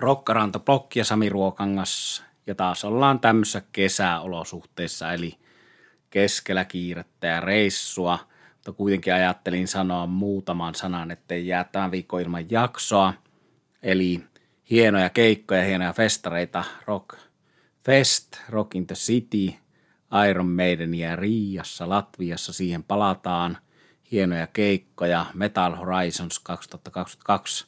Rokkaranto Blokki ja Sami Ruokangas. Ja taas ollaan tämmöisissä kesäolosuhteissa, eli keskellä kiirettä ja reissua. Mutta kuitenkin ajattelin sanoa muutaman sanan, ettei jää tämän viikon ilman jaksoa. Eli hienoja keikkoja, hienoja festareita. Rock Fest, Rock in the City, Iron Maidenia Riiassa, Latviassa, siihen palataan. Hienoja keikkoja, Metal Horizons 2022,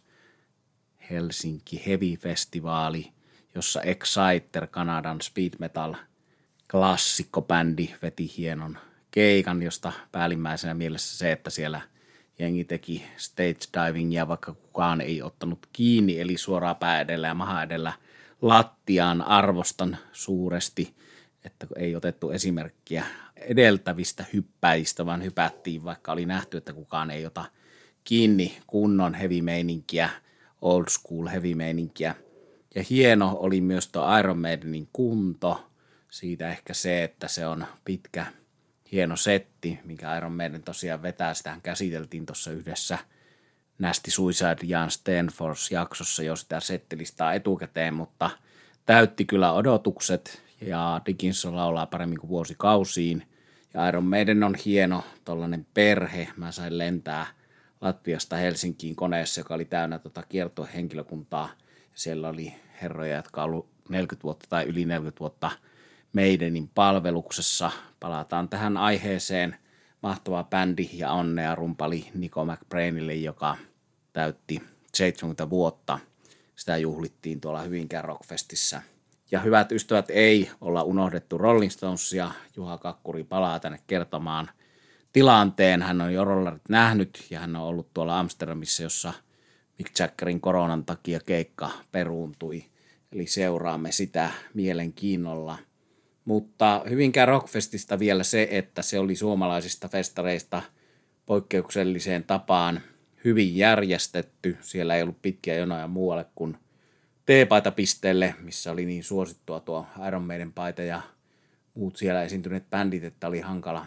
Helsinki Heavy Festivaali, jossa Exciter, Kanadan speed metal klassikkobändi veti hienon keikan, josta päällimmäisenä mielessä se, että siellä jengi teki stage divingia, vaikka kukaan ei ottanut kiinni, eli suoraan pää edellä ja maha edellä lattiaan. Arvostan suuresti, että ei otettu esimerkkiä edeltävistä hyppäjistä, vaan hypättiin, vaikka oli nähty, että kukaan ei ota kiinni kunnon heavy-meininkiä, old school heavy-meininkiä. Ja hieno oli myös tuo Iron Maidenin kunto, siitä ehkä se, että se on pitkä, hieno setti, minkä Iron Maiden tosiaan vetää. Sitähän käsiteltiin tuossa yhdessä Nasty Suicide Jan Stenfors jaksossa jo sitä settilistaa etukäteen, mutta täytti kyllä odotukset ja Dickinson laulaa paremmin kuin vuosikausiin. Ja Iron Maiden on hieno tollainen perhe. Mä sain lentää Latviasta Helsinkiin koneessa, joka oli täynnä kiertohenkilökuntaa. Siellä oli herroja, jotka on ollut 40 vuotta tai yli 40 vuotta Maidenin palveluksessa. Palataan tähän aiheeseen. Mahtava bändi ja onnea rumpali Nico McBrainille, joka täytti 70 vuotta. Sitä juhlittiin tuolla Hyvinkään Rockfestissä. Ja hyvät ystävät, ei olla unohdettu Rolling Stonesia. Juha Kakkuri palaa tänne kertomaan tilanteen. Hän on jo rollarit nähnyt ja hän on ollut tuolla Amsterdamissa, jossa Mick Jaggerin koronan takia keikka peruuntui. Eli seuraamme sitä mielenkiinnolla. Mutta Hyvinkään Rockfestista vielä se, että se oli suomalaisista festareista poikkeukselliseen tapaan hyvin järjestetty. Siellä ei ollut pitkiä jonoja muualle kuin T-paitapisteelle, missä oli niin suosittua tuo Iron Maiden paita ja muut siellä esiintyneet bändit, että oli hankala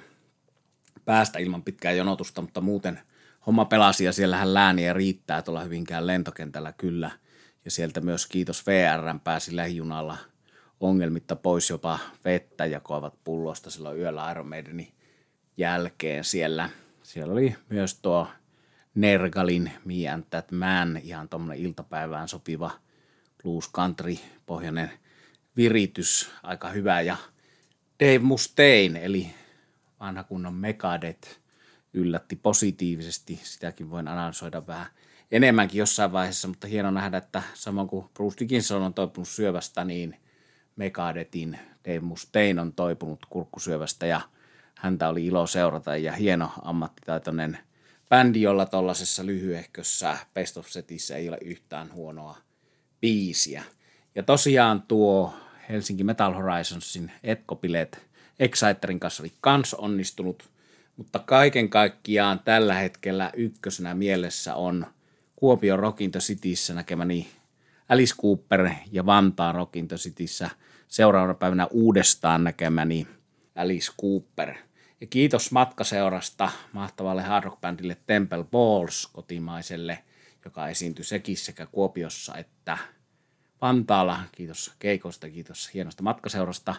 päästä ilman pitkää jonotusta, mutta muuten homma pelasi ja siellähän lääniä riittää tuolla Hyvinkään lentokentällä kyllä. Ja sieltä myös kiitos VR:n pääsi lähijunalla ongelmitta pois, jopa vettä jakoavat pullosta silloin yöllä Iron Maidenin jälkeen siellä. Siellä oli myös tuo Nergalin Me and That Man, ihan tommonen iltapäivään sopiva blues country pohjainen viritys, aika hyvä. Ja Dave Mustaine, eli vanha kunnon Megadeth, yllätti positiivisesti. Sitäkin voin analysoida vähän enemmänkin jossain vaiheessa, mutta hieno nähdä, että samoin kuin Bruce Dickinson on toipunut syövästä, niin Megadethin Dave Mustaine on toipunut kurkkusyövästä ja häntä oli ilo seurata ja hieno ammattitaitoinen bändi, jolla tuollaisessa lyhyehkössä Best of Setissä ei ole yhtään huonoa biisiä. Ja tosiaan tuo Helsinki Metal Horizonsin etkopileet Exciterin kanssa oli kans onnistunut, mutta kaiken kaikkiaan tällä hetkellä ykkösenä mielessä on Kuopion Rock in the Cityssä näkemäni Alice Cooper ja Vantaan Rock in the Cityssä seuraavana päivänä uudestaan näkemäni Alice Cooper. Ja kiitos matkaseurasta mahtavalle hard rock-bändille Temple Balls kotimaiselle, joka esiintyi sekin sekä Kuopiossa että Vantaalla. Kiitos keikosta, kiitos hienosta matkaseurasta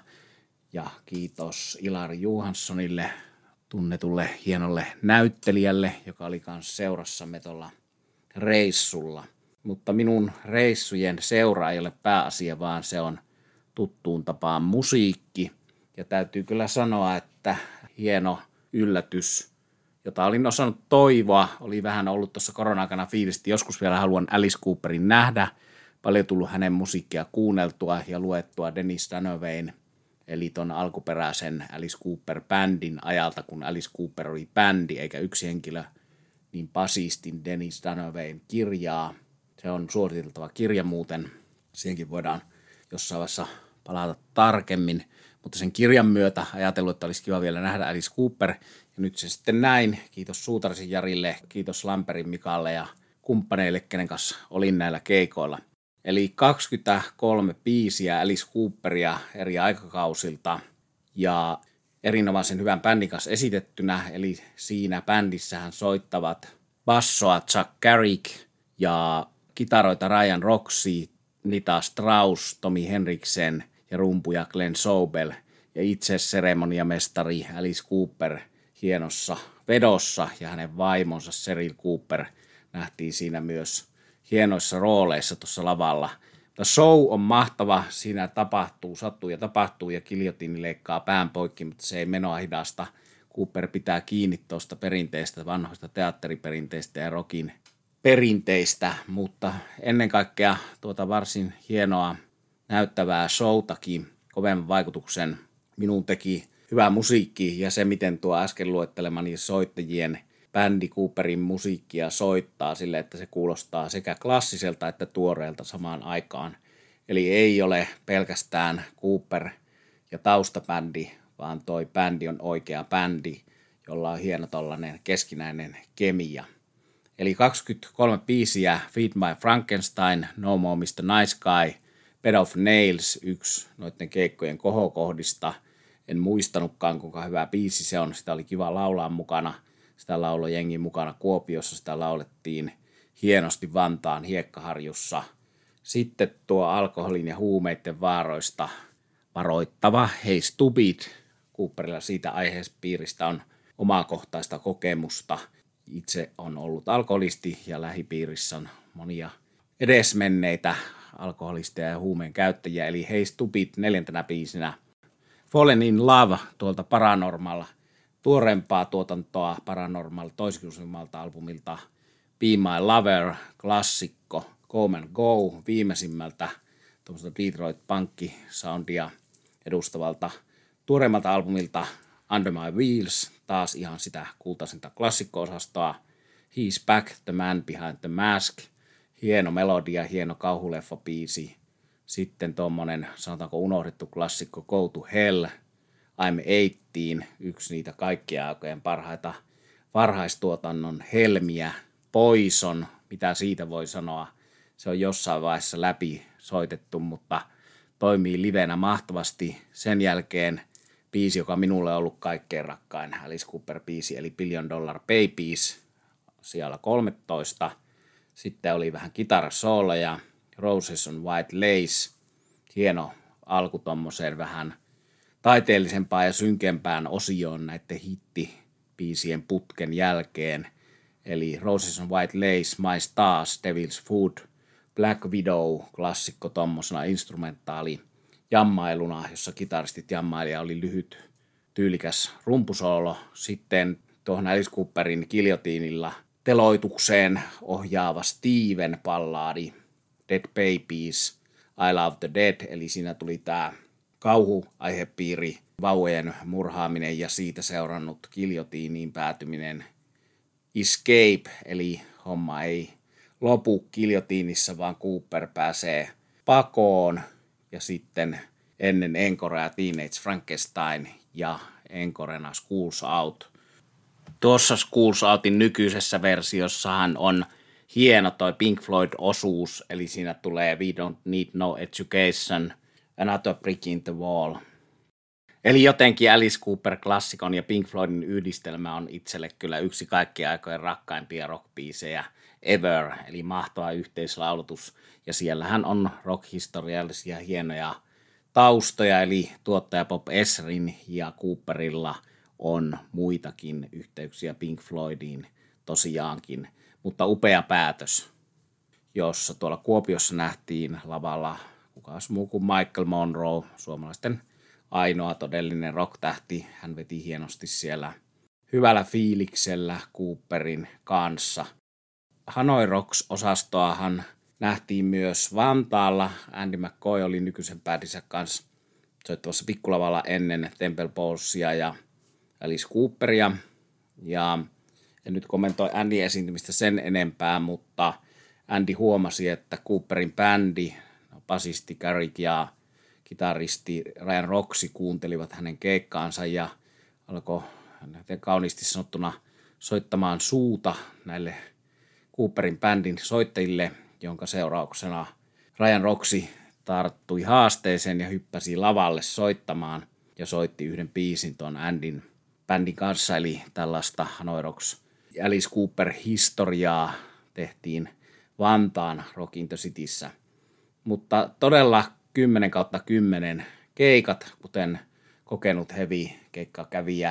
ja kiitos Ilari Johanssonille, tunnetulle hienolle näyttelijälle, joka oli kanssa seurassamme tuolla reissulla. Mutta minun reissujen seura ei ole pääasia, vaan se on tuttuun tapaan musiikki. Ja täytyy kyllä sanoa, että hieno yllätys, jota olin osannut toivoa, oli vähän ollut tuossa korona-aikana fiilisti. Joskus vielä haluan Alice Cooperin nähdä. Paljon tullut hänen musiikkia kuunneltua ja luettua Dennis Dunaway, eli ton alkuperäisen Alice Cooper-bändin ajalta, kun Alice Cooper oli bändi eikä yksi henkilö, niin basistin Dennis Dunawayn kirjaa. Se on suositeltava kirja muuten. Siihenkin voidaan jossain vaiheessa palata tarkemmin. Mutta sen kirjan myötä ajatellut, että olisi kiva vielä nähdä Alice Cooper. Ja nyt se sitten näin. Kiitos Suutarisen Jarille, kiitos Lamperin Mikalle ja kumppaneille, kenen kanssa olin näillä keikoilla. Eli 23 biisiä Alice Cooperia eri aikakausilta ja erinomaisen hyvän bändin kanssa esitettynä. Eli siinä bändissähän soittavat bassoa Chuck Garrick ja kitaroita Ryan Roxy, Nita Strauss, Tommy Henriksen ja rumpuja Glenn Sobel ja itse seremoniamestari Alice Cooper hienossa vedossa ja hänen vaimonsa Cheryl Cooper nähtiin siinä myös hienoissa rooleissa tuossa lavalla. Show on mahtava, siinä sattuu ja giljotiini leikkaa pään poikki, mutta se ei menoa hidasta. Cooper pitää kiinni tuosta perinteistä, vanhoista teatteriperinteistä ja rockin perinteistä, mutta ennen kaikkea tuota varsin hienoa näyttävää showtakin, kovemman vaikutuksen minuun teki hyvä musiikki ja se, miten tuo äsken luettelemani soittajien bändi Cooperin musiikkia soittaa sille, että se kuulostaa sekä klassiselta että tuoreelta samaan aikaan. Eli ei ole pelkästään Cooper ja taustabändi, vaan toi bändi on oikea bändi, jolla on hieno tollainen keskinäinen kemia. Eli 23 biisiä, Feed My Frankenstein, No More Mr. Nice Guy, Bed of Nails, yksi noiden keikkojen kohokohdista. En muistanutkaan, kuinka hyvä biisi se on. Sitä oli kiva laulaa mukana. Sitä lauloi jengi mukana Kuopiossa. Sitä laulettiin hienosti Vantaan Hiekkaharjussa. Sitten tuo alkoholin ja huumeiden vaaroista varoittava Hey Stupid. Cooperilla siitä aiheespiiristä on omakohtaista kokemusta. Itse on ollut alkoholisti ja lähipiirissä on monia edesmenneitä alkoholisteja ja huumeen käyttäjiä. Eli Hey Stupid 4. biisinä. Fallen in Love tuolta Paranormal, tuorempaa tuotantoa Paranormal toisikuusimmalta albumilta. Be My Lover, klassikko, Come and Go, viimeisimmältä tuommoista Detroit-punkki-soundia edustavalta tuoreemmalta albumilta Under My Wheels, taas ihan sitä kultaisinta klassikko-osastoa. He's Back, The Man Behind the Mask, hieno melodia, hieno kauhuleffa-biisi. Sitten tuommoinen, sanotaanko unohdettu klassikko Go to Hell, I'm 18, yksi niitä kaikkien aikojen parhaita varhaistuotannon helmiä. Poison, mitä siitä voi sanoa, se on jossain vaiheessa läpi soitettu, mutta toimii livenä mahtavasti. Sen jälkeen biisi, joka minulle on ollut kaikkein rakkain, Alice Cooper-biisi, eli Billion Dollar Babies, siellä 13. Sitten oli vähän kitarasooloja, Roses on White Lace, hieno alku tommoseen vähän taiteellisempaan ja synkempään osioon näiden hittibiisien putken jälkeen. Eli Roses on White Lace, My Stars, Devil's Food, Black Widow, klassikko tommosena instrumentaali jammailuna, jossa kitaristit jammailija oli lyhyt, tyylikäs rumpusoolo. Sitten tuohon Alice Cooperin giljotiinilla teloitukseen ohjaava Steven -ballaadi, Dead Babies, I Love the Dead, eli siinä tuli tämä kauhuaihepiiri, vauvojen murhaaminen ja siitä seurannut giljotiiniin päätyminen. Escape, eli homma ei lopu giljotiinissa, vaan Cooper pääsee pakoon ja sitten ennen encorea Teenage Frankenstein ja encorena Schools Out. Tuossa Schools Outin nykyisessä versiossahan on hieno toi Pink Floyd-osuus, eli siinä tulee We Don't Need No Education, Another Brick in the Wall. Eli jotenkin Alice Cooper-klassikon ja Pink Floydin yhdistelmä on itselle kyllä yksi kaikkien aikojen rakkaimpia rockbiisejä ever, eli mahtava yhteislaulutus. Ja siellähän on rockhistoriallisia hienoja taustoja, eli tuottaja Bob Ezrin ja Cooperilla on muitakin yhteyksiä Pink Floydiin tosiaankin. Mutta upea päätös, jossa tuolla Kuopiossa nähtiin lavalla kukas muu kuin Michael Monroe, suomalaisten ainoa todellinen rock-tähti. Hän veti hienosti siellä hyvällä fiiliksellä Cooperin kanssa. Hanoi Rocks-osastoahan nähtiin myös Vantaalla. Andy McCoy oli nykyisen bändinsä kanssa soittavassa pikkulavalla ennen Temple Ballsia ja Alice Cooperia. Ja en nyt kommentoi Andyn esiintymistä sen enempää, mutta Andy huomasi, että Cooperin bändi, basisti Garrick ja kitaristi Ryan Roxy kuuntelivat hänen keikkaansa ja alkoi kauniisti sanottuna soittamaan suuta näille Cooperin bändin soittajille, jonka seurauksena Ryan Roxy tarttui haasteeseen ja hyppäsi lavalle soittamaan ja soitti yhden biisin tuon Andyn bändin kanssa, eli tällaista Hanoi Rocks Alice Cooper-historiaa tehtiin Vantaan Rock in the Cityssä. Mutta todella 10/10 keikat, kuten kokenut heavy-keikkakävijä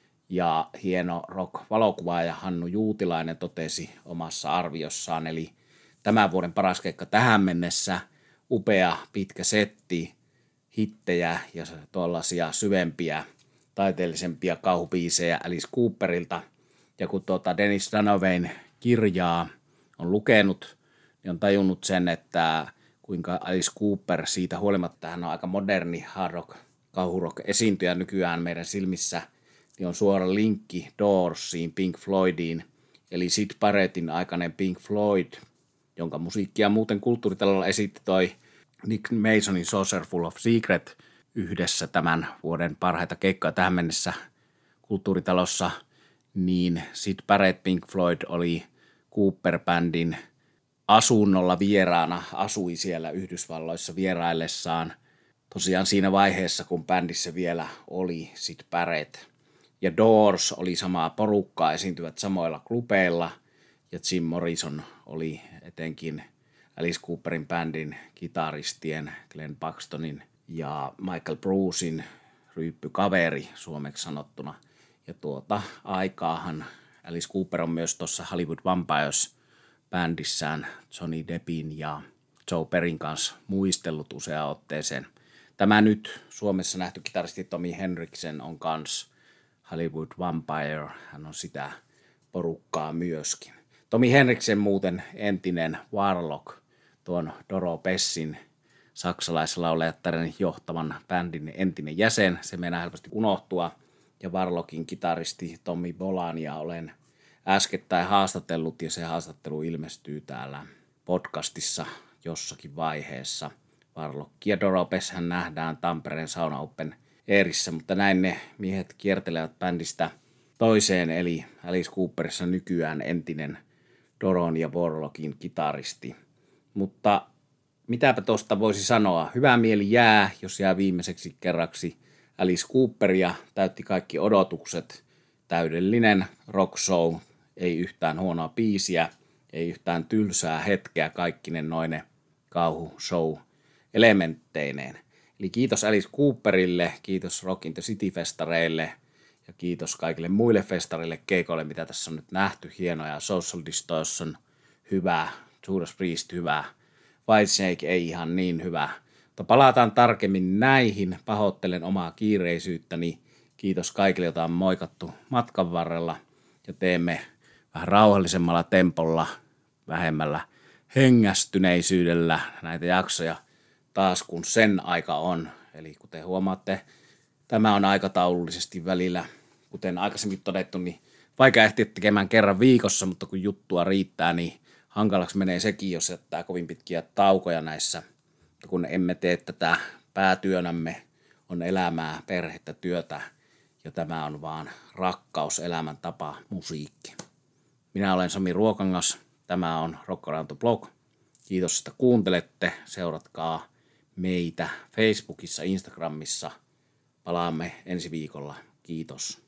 ja hieno rock-valokuvaaja Hannu Juutilainen totesi omassa arviossaan. Eli tämän vuoden paras keikka tähän mennessä, upea pitkä setti, hittejä ja tuollaisia syvempiä, taiteellisempia kauhubiisejä Alice Cooperilta. Ja kun Dennis Dunaway kirjaa on lukenut, niin on tajunnut sen, että kuinka Alice Cooper siitä huolimatta, hän on aika moderni hard rock, kauhurock esiintyjä nykyään meidän silmissä, niin on suora linkki Doorsiin, Pink Floydiin, eli Syd Barrettin aikainen Pink Floyd, jonka musiikkia muuten Kulttuuritalolla esitti toi Nick Masonin Saucerful of Secret yhdessä tämän vuoden parhaita keikkoja tähän mennessä Kulttuuritalossa, niin Syd Barrett Pink Floyd oli Cooper-bändin asunnolla vieraana, asui siellä Yhdysvalloissa vieraillessaan tosiaan siinä vaiheessa, kun bändissä vielä oli Syd Barrett. Ja Doors oli samaa porukkaa, esiintyvät samoilla klubeilla, ja Jim Morrison oli etenkin Alice Cooperin bändin kitaristien Glenn Paxtonin ja Michael Brucein ryyppykaveri suomeksi sanottuna. Ja aikaahan Alice Cooper on myös tuossa Hollywood Vampires-bändissään Johnny Deppin ja Joe Perrin kanssa muistellut useaan otteeseen. Tämä nyt Suomessa nähty kitaristi Tommy Henriksen on kans Hollywood Vampire, hän on sitä porukkaa myöskin. Tommy Henriksen muuten entinen Warlock, tuon Doro Pessin saksalaislaulajattaren johtavan bändin entinen jäsen, se meinaa helposti unohtua. Ja Warlockin kitaristi Tommy Bolania olen äskettäin haastatellut, ja se haastattelu ilmestyy täällä podcastissa jossakin vaiheessa. Warlock ja Doro Pesshän nähdään Tampereen Sauna Open Airissä, mutta näin ne miehet kiertelevät bändistä toiseen, eli Alice Cooperissa nykyään entinen Doron ja Warlockin kitaristi. Mutta mitäpä tuosta voisi sanoa? Hyvä mieli jää, jos jää viimeiseksi kerraksi. Alice Cooperia täytti kaikki odotukset. Täydellinen rock show, ei yhtään huonoa biisiä, ei yhtään tylsää hetkeä, kaikkinen noine kauhushow elementteineen. Eli kiitos Alice Cooperille, kiitos Rock in the City-festareille ja kiitos kaikille muille festareille keikoille, mitä tässä on nyt nähty. Hienoja, Social Distortion hyvä, Judas Priest hyvä, Whitesnake ei ihan niin hyvä. Mutta palataan tarkemmin näihin, pahoittelen omaa kiireisyyttäni. Kiitos kaikille, joita on moikattu matkan varrella ja teemme vähän rauhallisemmalla tempolla, vähemmällä hengästyneisyydellä näitä jaksoja taas kun sen aika on. Eli kuten huomaatte, tämä on aikataulullisesti välillä, kuten aikaisemmin todettu, niin vaikea ehtiä tekemään kerran viikossa, mutta kun juttua riittää, niin hankalaksi menee sekin, jos jättää kovin pitkiä taukoja näissä. Mutta kun emme tee tätä päätyönämme, on elämää, perhettä, työtä, ja tämä on vaan rakkaus, elämäntapa, musiikki. Minä olen Sami Ruokangas, tämä on Rock Around the Block. Kiitos, että kuuntelette, seuratkaa meitä Facebookissa, Instagramissa. Palaamme ensi viikolla. Kiitos.